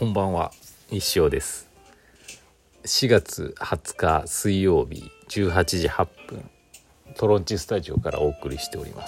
こんばんは、石尾です。4月20日水曜日18時8分、トロンチスタジオからお送りしております。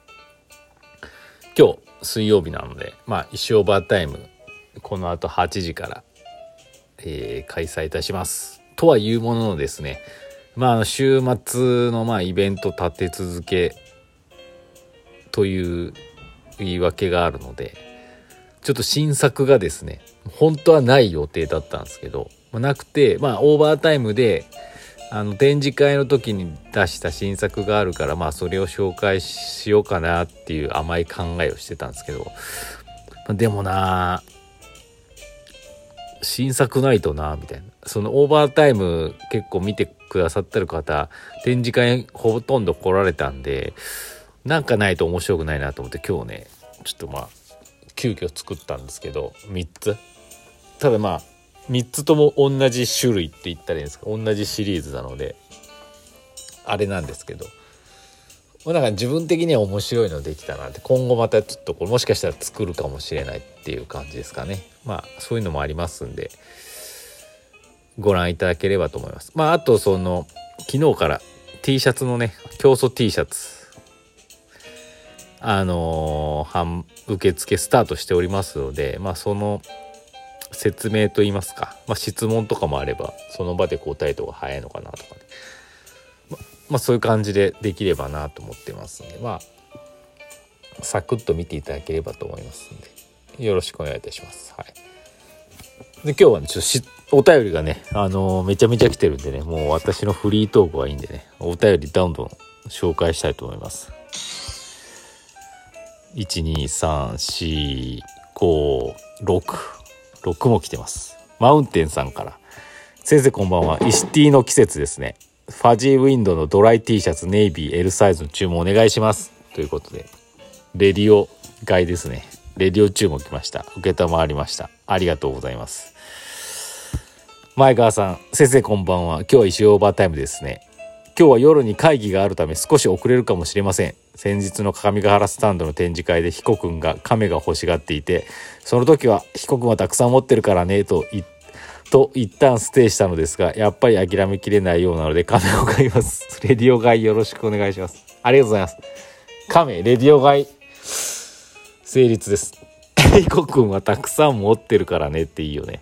今日水曜日なので、石尾オーバータイムこの後8時から、開催いたします。とはいうもののですね、週末のイベント立て続けという言い訳があるので、ちょっと新作がですね、本当はない予定だったんですけど、なくて、オーバータイムで展示会の時に出した新作があるから、それを紹介しようかなっていう甘い考えをしてたんですけど、でもな、新作ないとなみたいな。そのオーバータイム結構見てくださってる方、展示会ほとんど来られたんで、なんかないと面白くないなと思って、今日ねちょっと急遽作ったんですけど、3つ。ただ3つとも同じ種類って言ったらいいんですか、同じシリーズなのであれなんですけど、なんか自分的には面白いのできたなって、今後またちょっとこれもしかしたら作るかもしれないっていう感じですかね。そういうのもありますんでご覧いただければと思います。あと昨日から T シャツのね、競争 T シャツ受付スタートしておりますので、その説明といいますか、質問とかもあればその場で答えとか早いのかなとかね、そういう感じでできればなと思ってますんで、サクッと見ていただければと思いますんで、よろしくお願いいたします。はい。で、今日はね、お便りがね、めちゃめちゃ来てるんでね、もう私のフリートークはいいんでね、お便りどんどん紹介したいと思います。1,2,3,4,5,6も来てます。マウンテンさんから、先生こんばんは、イシティの季節ですね。ファジーウィンドのドライ T シャツネイビー L サイズの注文お願いしますということで、レディオ買いですね。レディオ注文来ました。承りました。ありがとうございます。前川さん、先生こんばんは、今日は石オーバータイムですね。今日は夜に会議があるため少し遅れるかもしれません。先日の各務原スタンドの展示会でヒコ君が亀が欲しがっていて、その時はヒコ君はたくさん持ってるからねと一旦ステイしたのですが、やっぱり諦めきれないようなので亀を買います。レディオ買いよろしくお願いします。ありがとうございます。亀レディオ買い成立です。ヒコ君はたくさん持ってるからねっていいよね。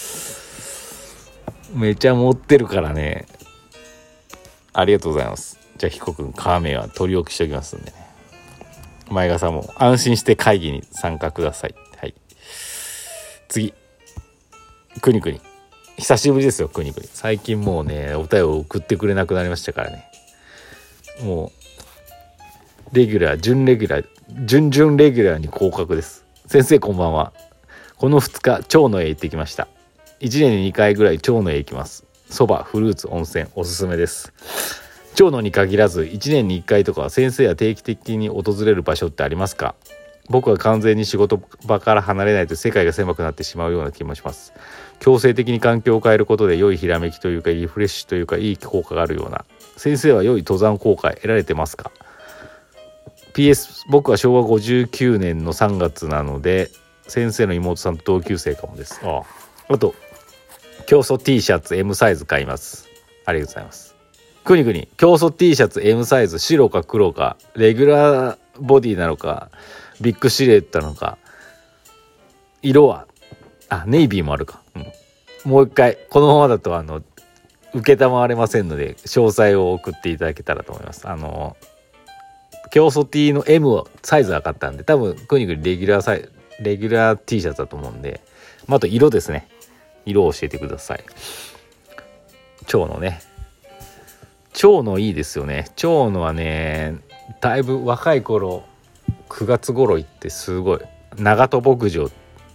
めちゃ持ってるからね。ありがとうございます。じゃあヒコ君、亀は取り置きしておきますんでね。前川さんも安心して会議に参加ください。はい。次、くにくに、久しぶりですよ。くにくに、最近もうねお便りを送ってくれなくなりましたからね。もうレギュラー、準レギュラー、準々レギュラーに降格です。先生こんばんは。この2日長野へ行ってきました。1年に2回ぐらい長野へ行きます。そば、フルーツ、温泉おすすめです。長野に限らず1年に1回とか先生は定期的に訪れる場所ってありますか？僕は完全に仕事場から離れないと世界が狭くなってしまうような気もします。強制的に環境を変えることで良いひらめきというかリフレッシュというかいい効果があるような。先生は良い登山効果得られてますか？ PS 僕は昭和59年の3月なので先生の妹さんと同級生かもです。あと競争 T シャツ M サイズ買います。ありがとうございます。くにくに、競争 T シャツ M サイズ、白か黒か、レギュラーボディなのかビッグシルエットなのか、色はネイビーもあるか、もう一回このままだと承れませんので詳細を送っていただけたらと思います。競争 T の M をサイズが買ったんで、多分くにくにレギュラー T シャツだと思うんで、あと色ですね。色を教えてください。蝶野ね、蝶野いいですよね。蝶野はね、だいぶ若い頃9月頃行って、すごい長門牧場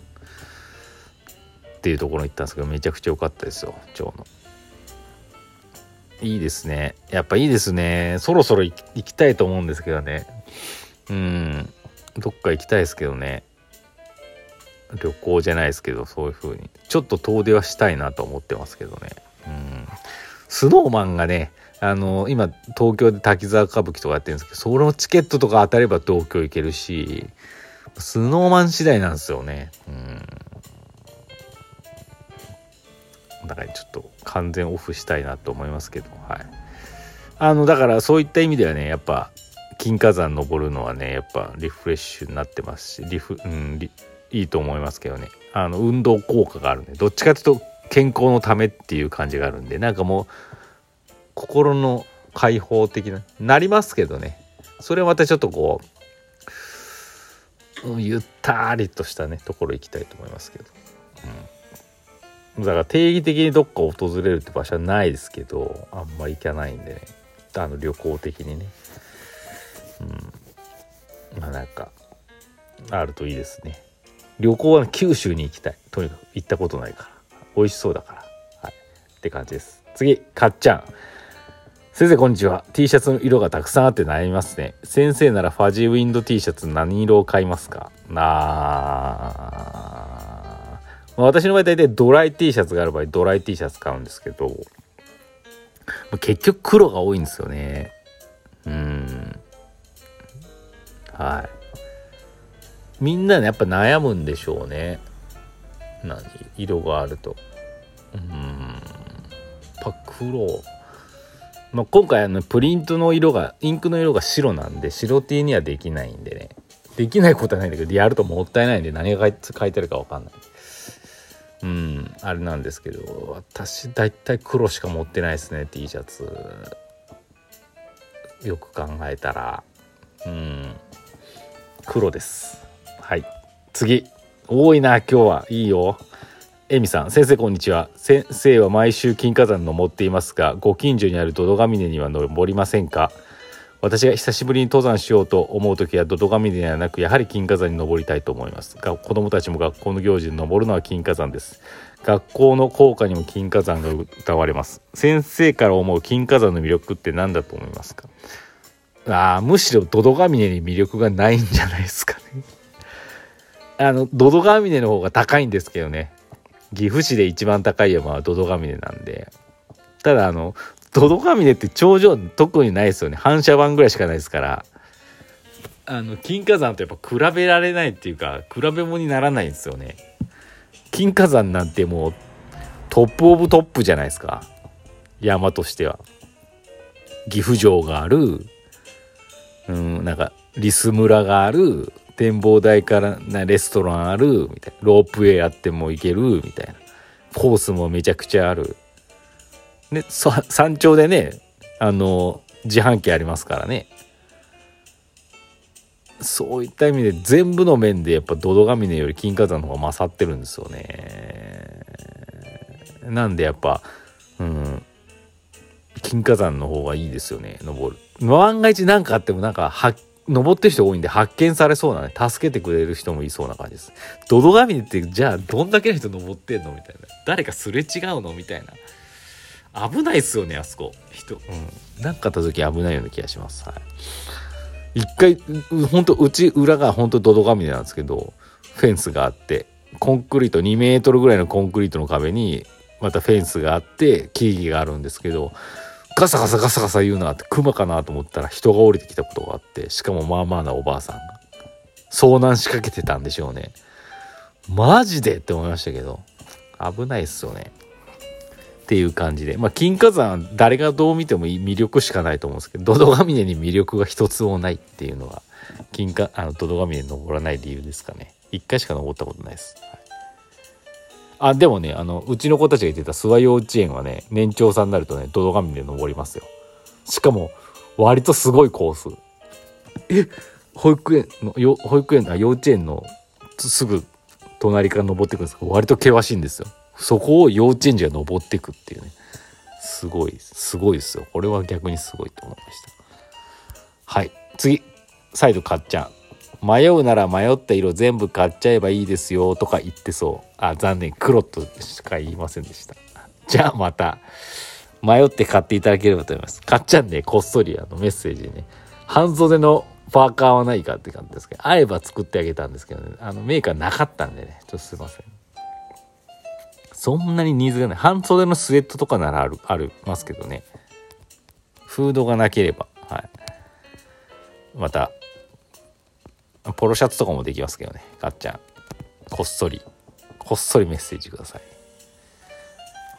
っていうところに行ったんですけど、めちゃくちゃ良かったですよ。蝶野いいですね。やっぱいいですね。そろそろ行きたいと思うんですけどね。どっか行きたいですけどね。旅行じゃないですけど、そういう風にちょっと遠出はしたいなと思ってますけどね。スノーマンがね、今東京で滝沢歌舞伎とかやってるんですけど、そのチケットとか当たれば東京行けるし、スノーマン次第なんですよね。 だからちょっと完全オフしたいなと思いますけど、はい。だからそういった意味ではね、やっぱ金華山登るのはね、やっぱリフレッシュになってますし、いいと思いますけどね。運動効果があるんで、どっちかというと健康のためっていう感じがあるんで、なんかもう心の開放的なりますけどね。それはまたちょっとこう、ゆったりとしたねところ行きたいと思いますけど、だから定義的にどっか訪れるって場所はないですけど、あんま行かないんでね、旅行的にね、まあなんかあるといいですね。旅行は九州に行きたい。とにかく行ったことないから美味しそうだから、はい、って感じです。次、かっちゃん。先生こんにちは。 T シャツの色がたくさんあって悩みますね。先生ならファジーウィンド T シャツ何色を買いますか？私の場合大体ドライ T シャツがある場合ドライ T シャツ買うんですけど、結局黒が多いんですよね。はい。みんなねやっぱ悩むんでしょうね。色があるとやっぱ黒、今回プリントの色がインクの色が白なんで白 T にはできないんでね、できないことはないんだけどやるともったいないんで何が書いてあるか分かんない。あれなんですけど、私だいたい黒しか持ってないですね T シャツ。よく考えたら黒です。はい。次、多いな今日は。いいよ。エミさん、先生こんにちは。先生は毎週金華山登っていますが、ご近所にあるドドガミネには登りませんか？私が久しぶりに登山しようと思うときはドドガミネではなく、やはり金華山に登りたいと思いますが、子どもたちも学校の行事で登るのは金華山です。学校の校歌にも金華山が歌われます。先生から思う金華山の魅力って何だと思いますか？むしろドドガミネに魅力がないんじゃないですかね。ドドガミネの方が高いんですけどね。岐阜市で一番高い山はドドガミネなんで。ただドドガミネって頂上特にないですよね。反射板ぐらいしかないですから、金華山とやっぱ比べられないっていうか、比べ物にならないんですよね。金華山なんてもうトップオブトップじゃないですか、山としては。岐阜城がある、なんかリス村がある、展望台からレストランあるみたいな、ロープウェイあっても行けるみたいな、コースもめちゃくちゃあるね。山頂でね自販機ありますからね。そういった意味で全部の面でやっぱドドガミネより金華山の方が勝ってるんですよね。なんでやっぱ金華山の方がいいですよね、登る。万が一何かあっても登ってる人多いんで発見されそうなね、助けてくれる人もいそうな感じです。ドドガミネってじゃあどんだけの人登ってんのみたいな、誰かすれ違うのみたいな。危ないっすよねあそこ人。なんかあった時危ないような気がします。はい。一回本当裏が本当ドドガミネなんですけど、フェンスがあってコンクリート2メートルぐらいのコンクリートの壁にまたフェンスがあって木々があるんですけど、ガサガサガサガサ言うなってクマかなと思ったら人が降りてきたことがあって、しかもまあまあなおばあさんが遭難しかけてたんでしょうね。マジでって思いましたけど、危ないっすよねっていう感じで、金華山は誰がどう見ても魅力しかないと思うんですけど、ドドガミネに魅力が一つもないっていうのがドドガミネに登らない理由ですかね。一回しか登ったことないです。でもね、うちの子たちが言ってた諏訪幼稚園はね、年長さんになるとね、ドドガミネ登りますよ。しかも割とすごいコース。幼稚園のすぐ隣から登ってくるんですけど、割と険しいんですよ。そこを幼稚園児が登っていくっていうね、すごいですよ。これは逆にすごいと思いました。はい、次、再度かっちゃん。迷うなら迷った色全部買っちゃえばいいですよとか言ってそう。残念、黒としか言いませんでした。じゃあまた迷って買っていただければと思います。かっちゃんね、こっそりメッセージね、半袖のパーカーはないかって感じですけど、会えば作ってあげたんですけどね、メーカーなかったんでね、ちょっとすいません。そんなにニーズがない。半袖のスウェットとかならありますけどね、フードがなければ、はい、またポロシャツとかもできますけどね。かっちゃんこっそりメッセージください。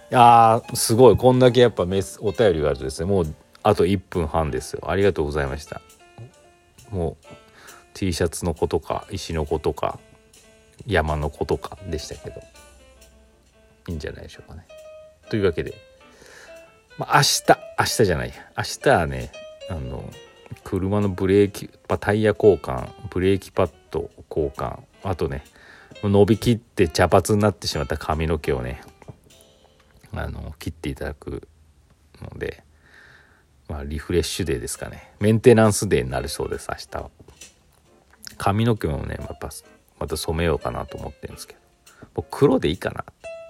やーすごい、こんだけやっぱお便りがあるとですね、もうあと1分半ですよ。ありがとうございました。もう T シャツの子とか石の子とか山の子とかでしたけど、いいんじゃないでしょうかね。というわけで、まあ、明日じゃない明日はね、車のブレーキタイヤ交換、ブレーキパッド交換、あとね伸びきって茶髪になってしまった髪の毛をね切っていただくので、まあ、リフレッシュデーですかね。メンテナンスデーになるそうです。明日は髪の毛もねやっぱまた染めようかなと思ってるんですけど、もう黒でいいかな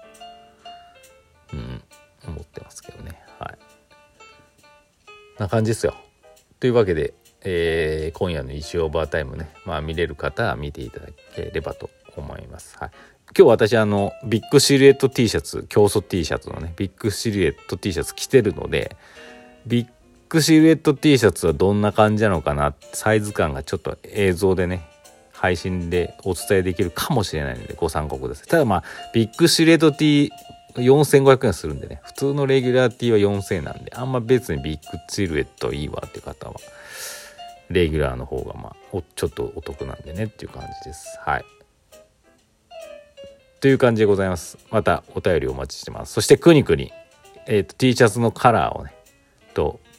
思ってますけどね。はい、な感じですよ。というわけで、今夜の石オーバータイムね、まあ見れる方は見ていただければと思います。はい、今日私ビッグシルエット T シャツ、競争 T シャツのねビッグシルエット T シャツ着てるので、ビッグシルエット T シャツはどんな感じなのかな、サイズ感がちょっと映像でね配信でお伝えできるかもしれないのでご参考ください。ただまあビッグシルエット T 4500円するんでね、普通のレギュラー T は4000円なんで、あんま別にビッグシルエットいいわっていう方はレギュラーの方がまあちょっとお得なんでねっていう感じです。はい、という感じでございます。またお便りお待ちしてます。そしてくにくに、T シャツのカラーをねと